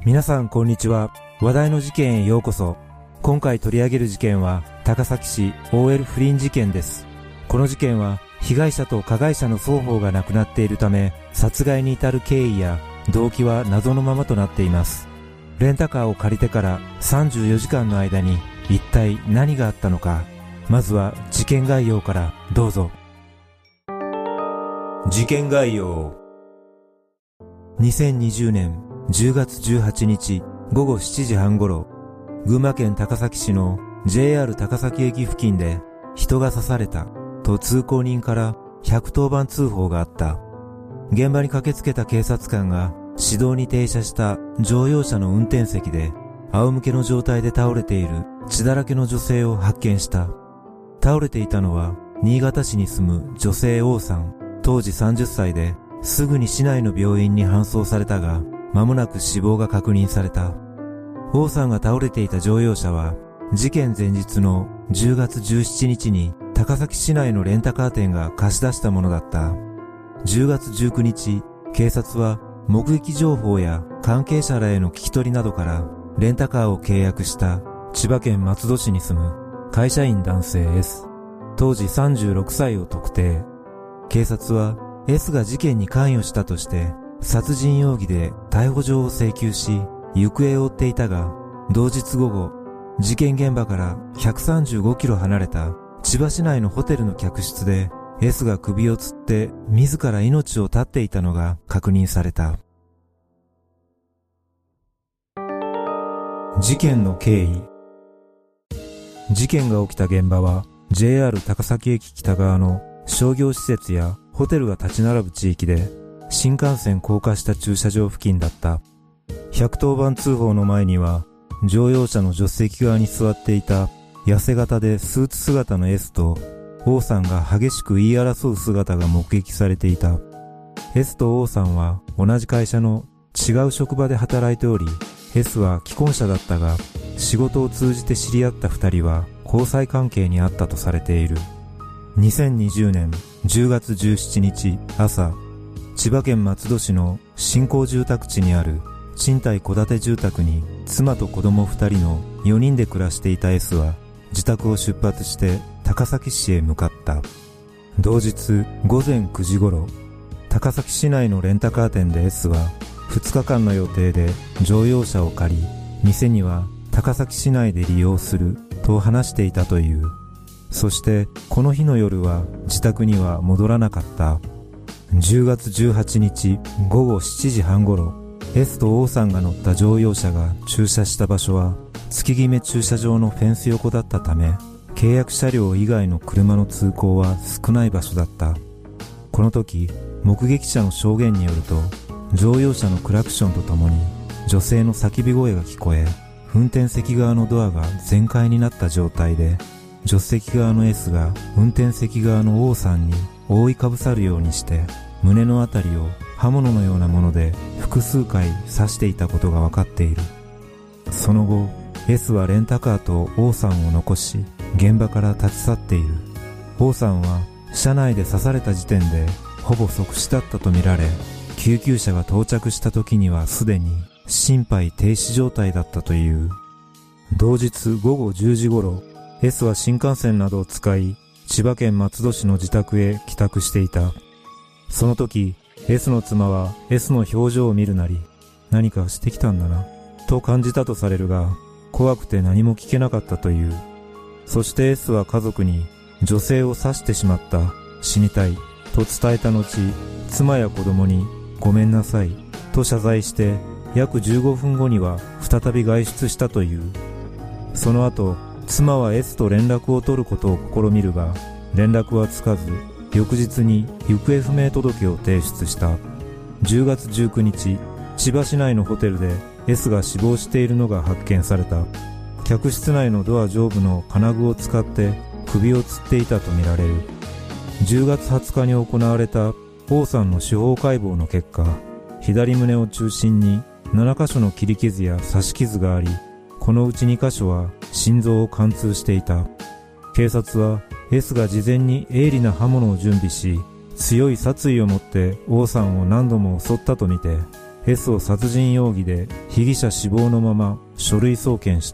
皆さんこんにちは。話題の事件へようこそ。今回取り上げる事件は高崎市 OL 不倫事件です。この事件は被害者と加害者の双方が亡くなっているため、殺害に至る経緯や動機は謎のままとなっています。レンタカーを借りてから34時間の間に一体何があったのか。まずは事件概要からどうぞ。事件概要。2020年10月18日午後7時半頃、群馬県高崎市の JR 高崎駅付近で人が刺されたと通行人から110番通報があった。現場に駆けつけた警察官が市道に停車した乗用車の運転席で仰向けの状態で倒れている血だらけの女性を発見した。倒れていたのは新潟市に住む女性王さん、当時30歳ですぐに市内の病院に搬送されたが、間もなく死亡が確認された。王さんが倒れていた乗用車は、事件前日の10月17日に高崎市内のレンタカー店が貸し出したものだった。10月19日、警察は目撃情報や関係者らへの聞き取りなどから、レンタカーを契約した千葉県松戸市に住む会社員男性 S、当時36歳を特定。警察は S が事件に関与したとして、殺人容疑で逮捕状を請求し、行方を追っていたが、同日午後、事件現場から135キロ離れた千葉市内のホテルの客室で S が首を吊って自ら命を絶っていたのが確認された。事件の経緯。事件が起きた現場は JR 高崎駅北側の商業施設やホテルが立ち並ぶ地域で、新幹線高架下駐車場付近だった。110番通報の前には、乗用車の助手席側に座っていた痩せ型でスーツ姿の S と王さんが激しく言い争う姿が目撃されていた。S と王さんは同じ会社の違う職場で働いており、S は既婚者だったが、仕事を通じて知り合った二人は交際関係にあったとされている。2020年10月17日朝、千葉県松戸市の新興住宅地にある賃貸戸建て住宅に妻と子供2人の4人で暮らしていた S は自宅を出発して高崎市へ向かった。同日午前9時頃、高崎市内のレンタカー店で S は2日間の予定で乗用車を借り、店には高崎市内で利用すると話していたという。そしてこの日の夜は自宅には戻らなかった。10月18日午後7時半頃、S と王さんが乗った乗用車が駐車した場所は月決め駐車場のフェンス横だったため、契約車両以外の車の通行は少ない場所だった。この時、目撃者の証言によると、乗用車のクラクションとともに女性の叫び声が聞こえ、運転席側のドアが全開になった状態で、助手席側の S が運転席側の王さんに覆いかぶさるようにして胸のあたりを刃物のようなもので複数回刺していたことが分かっている。その後 S はレンタカーと王さんを残し現場から立ち去っている。王さんは車内で刺された時点でほぼ即死だったとみられ、救急車が到着した時にはすでに心肺停止状態だったという。同日午後10時頃、S は新幹線などを使い、千葉県松戸市の自宅へ帰宅していた。その時、S の妻は S の表情を見るなり、何かしてきたんだな、と感じたとされるが、怖くて何も聞けなかったという。そして S は家族に、女性を刺してしまった、死にたい、と伝えた後、妻や子供に、ごめんなさい、と謝罪して、約15分後には再び外出したという。その後、妻は S と連絡を取ることを試みるが、連絡はつかず、翌日に行方不明届を提出した。10月19日、千葉市内のホテルで S が死亡しているのが発見された。客室内のドア上部の金具を使って首を吊っていたとみられる。10月20日に行われた王さんの司法解剖の結果、左胸を中心に7カ所の切り傷や刺し傷があり、このうち2カ所は心臓を貫通していた。警察は S が事前に鋭利な刃物を準備し、強い殺意を持って王さんを何度も襲ったとみて、 S を殺人容疑で被疑者死亡のまま書類送検した。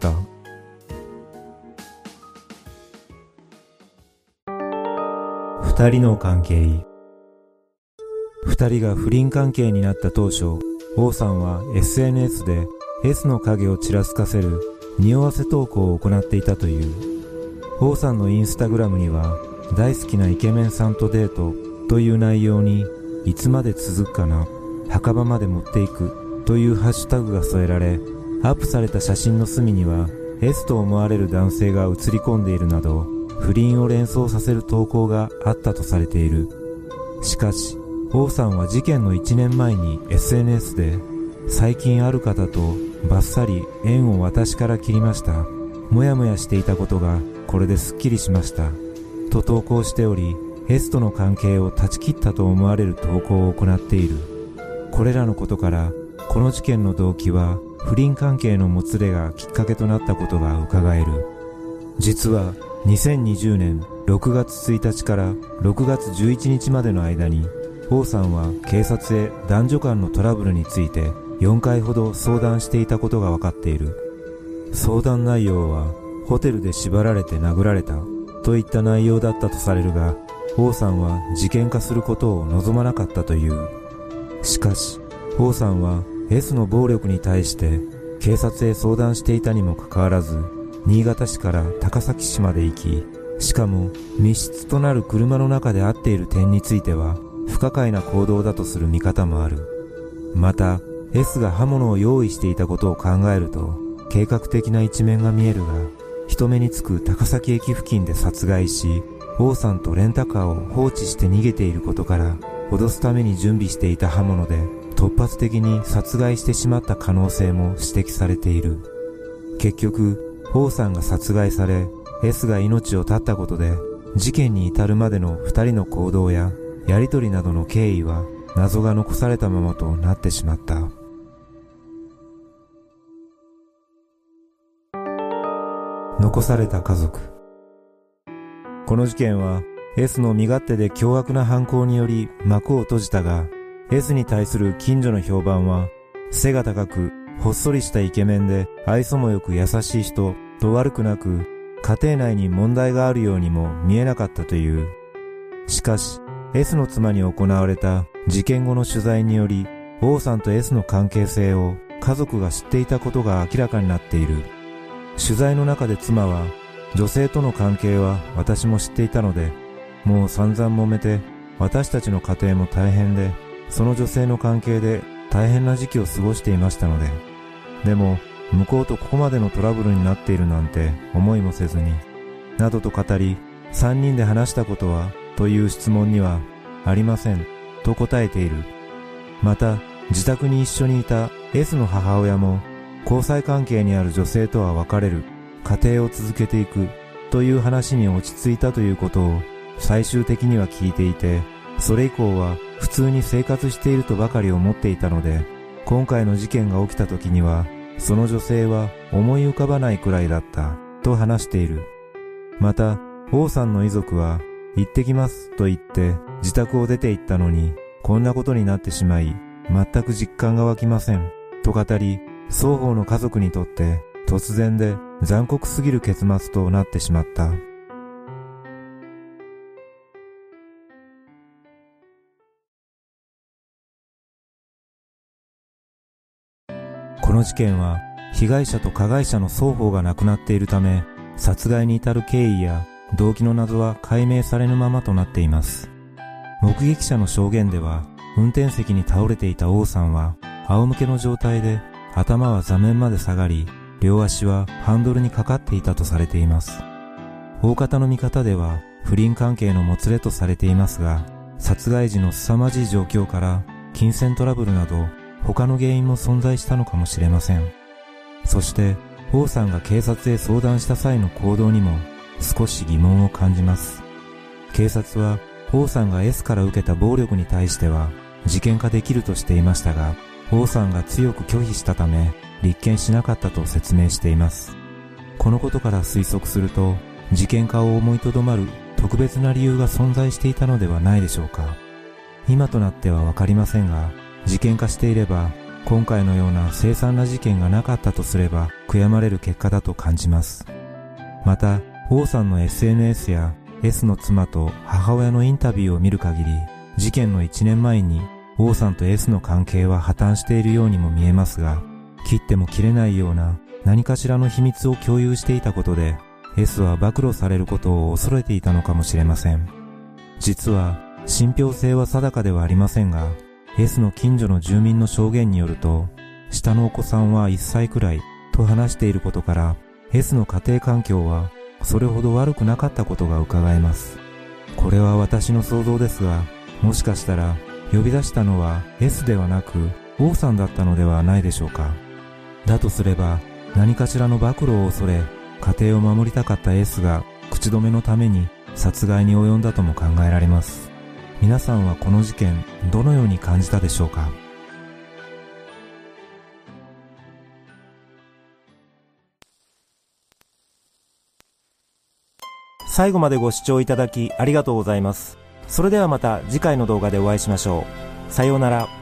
二人の関係。二人が不倫関係になった当初、王さんは SNS で S の影をちらつかせる匂わせ投稿を行っていたという。王さんのインスタグラムには、大好きなイケメンさんとデートという内容に、いつまで続くかな、墓場まで持っていくというハッシュタグが添えられ、アップされた写真の隅には S と思われる男性が写り込んでいるなど、不倫を連想させる投稿があったとされている。しかし、王さんは事件の1年前に SNS で、最近ある方とバッサリ縁を私から切りました。もやもやしていたことがこれですっきりしました。と投稿しており、S との関係を断ち切ったと思われる投稿を行っている。これらのことから、この事件の動機は不倫関係のもつれがきっかけとなったことが伺える。実は2020年6月1日から6月11日までの間に、王さんは警察へ男女間のトラブルについて4回ほど相談していたことが分かっている。相談内容は、ホテルで縛られて殴られたといった内容だったとされるが、王さんは事件化することを望まなかったという。しかし、王さんは S の暴力に対して警察へ相談していたにもかかわらず、新潟市から高崎市まで行き、しかも密室となる車の中で会っている点については不可解な行動だとする見方もある。また、S が刃物を用意していたことを考えると、計画的な一面が見えるが、人目につく高崎駅付近で殺害し、王さんとレンタカーを放置して逃げていることから、脅すために準備していた刃物で突発的に殺害してしまった可能性も指摘されている。結局、王さんが殺害され、S が命を絶ったことで、事件に至るまでの二人の行動ややりとりなどの経緯は謎が残されたままとなってしまった。残された家族。この事件は S の身勝手で凶悪な犯行により幕を閉じたが、 S に対する近所の評判は、背が高くほっそりしたイケメンで愛想もよく優しい人と悪くなく、家庭内に問題があるようにも見えなかったという。しかし S の妻に行われた事件後の取材により、王さんと S の関係性を家族が知っていたことが明らかになっている。取材の中で妻は、女性との関係は私も知っていたので、もう散々揉めて、私たちの家庭も大変で、その女性の関係で大変な時期を過ごしていましたので、でも向こうとここまでのトラブルになっているなんて思いもせずに、などと語り、3人で話したことはという質問には、ありませんと答えている。また、自宅に一緒にいた S の母親も、交際関係にある女性とは別れる、家庭を続けていくという話に落ち着いたということを最終的には聞いていて、それ以降は普通に生活しているとばかり思っていたので、今回の事件が起きた時にはその女性は思い浮かばないくらいだったと話している。また、王さんの遺族は、行ってきますと言って自宅を出て行ったのに、こんなことになってしまい全く実感が湧きませんと語り、双方の家族にとって突然で残酷すぎる結末となってしまった。この事件は被害者と加害者の双方が亡くなっているため、殺害に至る経緯や動機の謎は解明されぬままとなっています。目撃者の証言では、運転席に倒れていた王さんは仰向けの状態で、頭は座面まで下がり、両足はハンドルにかかっていたとされています。大方の見方では不倫関係のもつれとされていますが、殺害時の凄まじい状況から金銭トラブルなど他の原因も存在したのかもしれません。そして王さんが警察へ相談した際の行動にも少し疑問を感じます。警察は王さんが S から受けた暴力に対しては事件化できるとしていましたが、王さんが強く拒否したため立件しなかったと説明しています。このことから推測すると、事件化を思いとどまる特別な理由が存在していたのではないでしょうか。今となってはわかりませんが、事件化していれば今回のような凄惨な事件がなかったとすれば悔やまれる結果だと感じます。また、王さんの SNS や S の妻と母親のインタビューを見る限り、事件の1年前に王さんと S の関係は破綻しているようにも見えますが、切っても切れないような何かしらの秘密を共有していたことで、S は暴露されることを恐れていたのかもしれません。実は信憑性は定かではありませんが、S の近所の住民の証言によると、下のお子さんは1歳くらいと話していることから、S の家庭環境はそれほど悪くなかったことが伺えます。これは私の想像ですが、もしかしたら呼び出したのは S ではなく王さんだったのではないでしょうか。だとすれば、何かしらの暴露を恐れ、家庭を守りたかった S が口止めのために殺害に及んだとも考えられます。皆さんはこの事件、どのように感じたでしょうか。 最後までご視聴いただきありがとうございます。それではまた次回の動画でお会いしましょう。さようなら。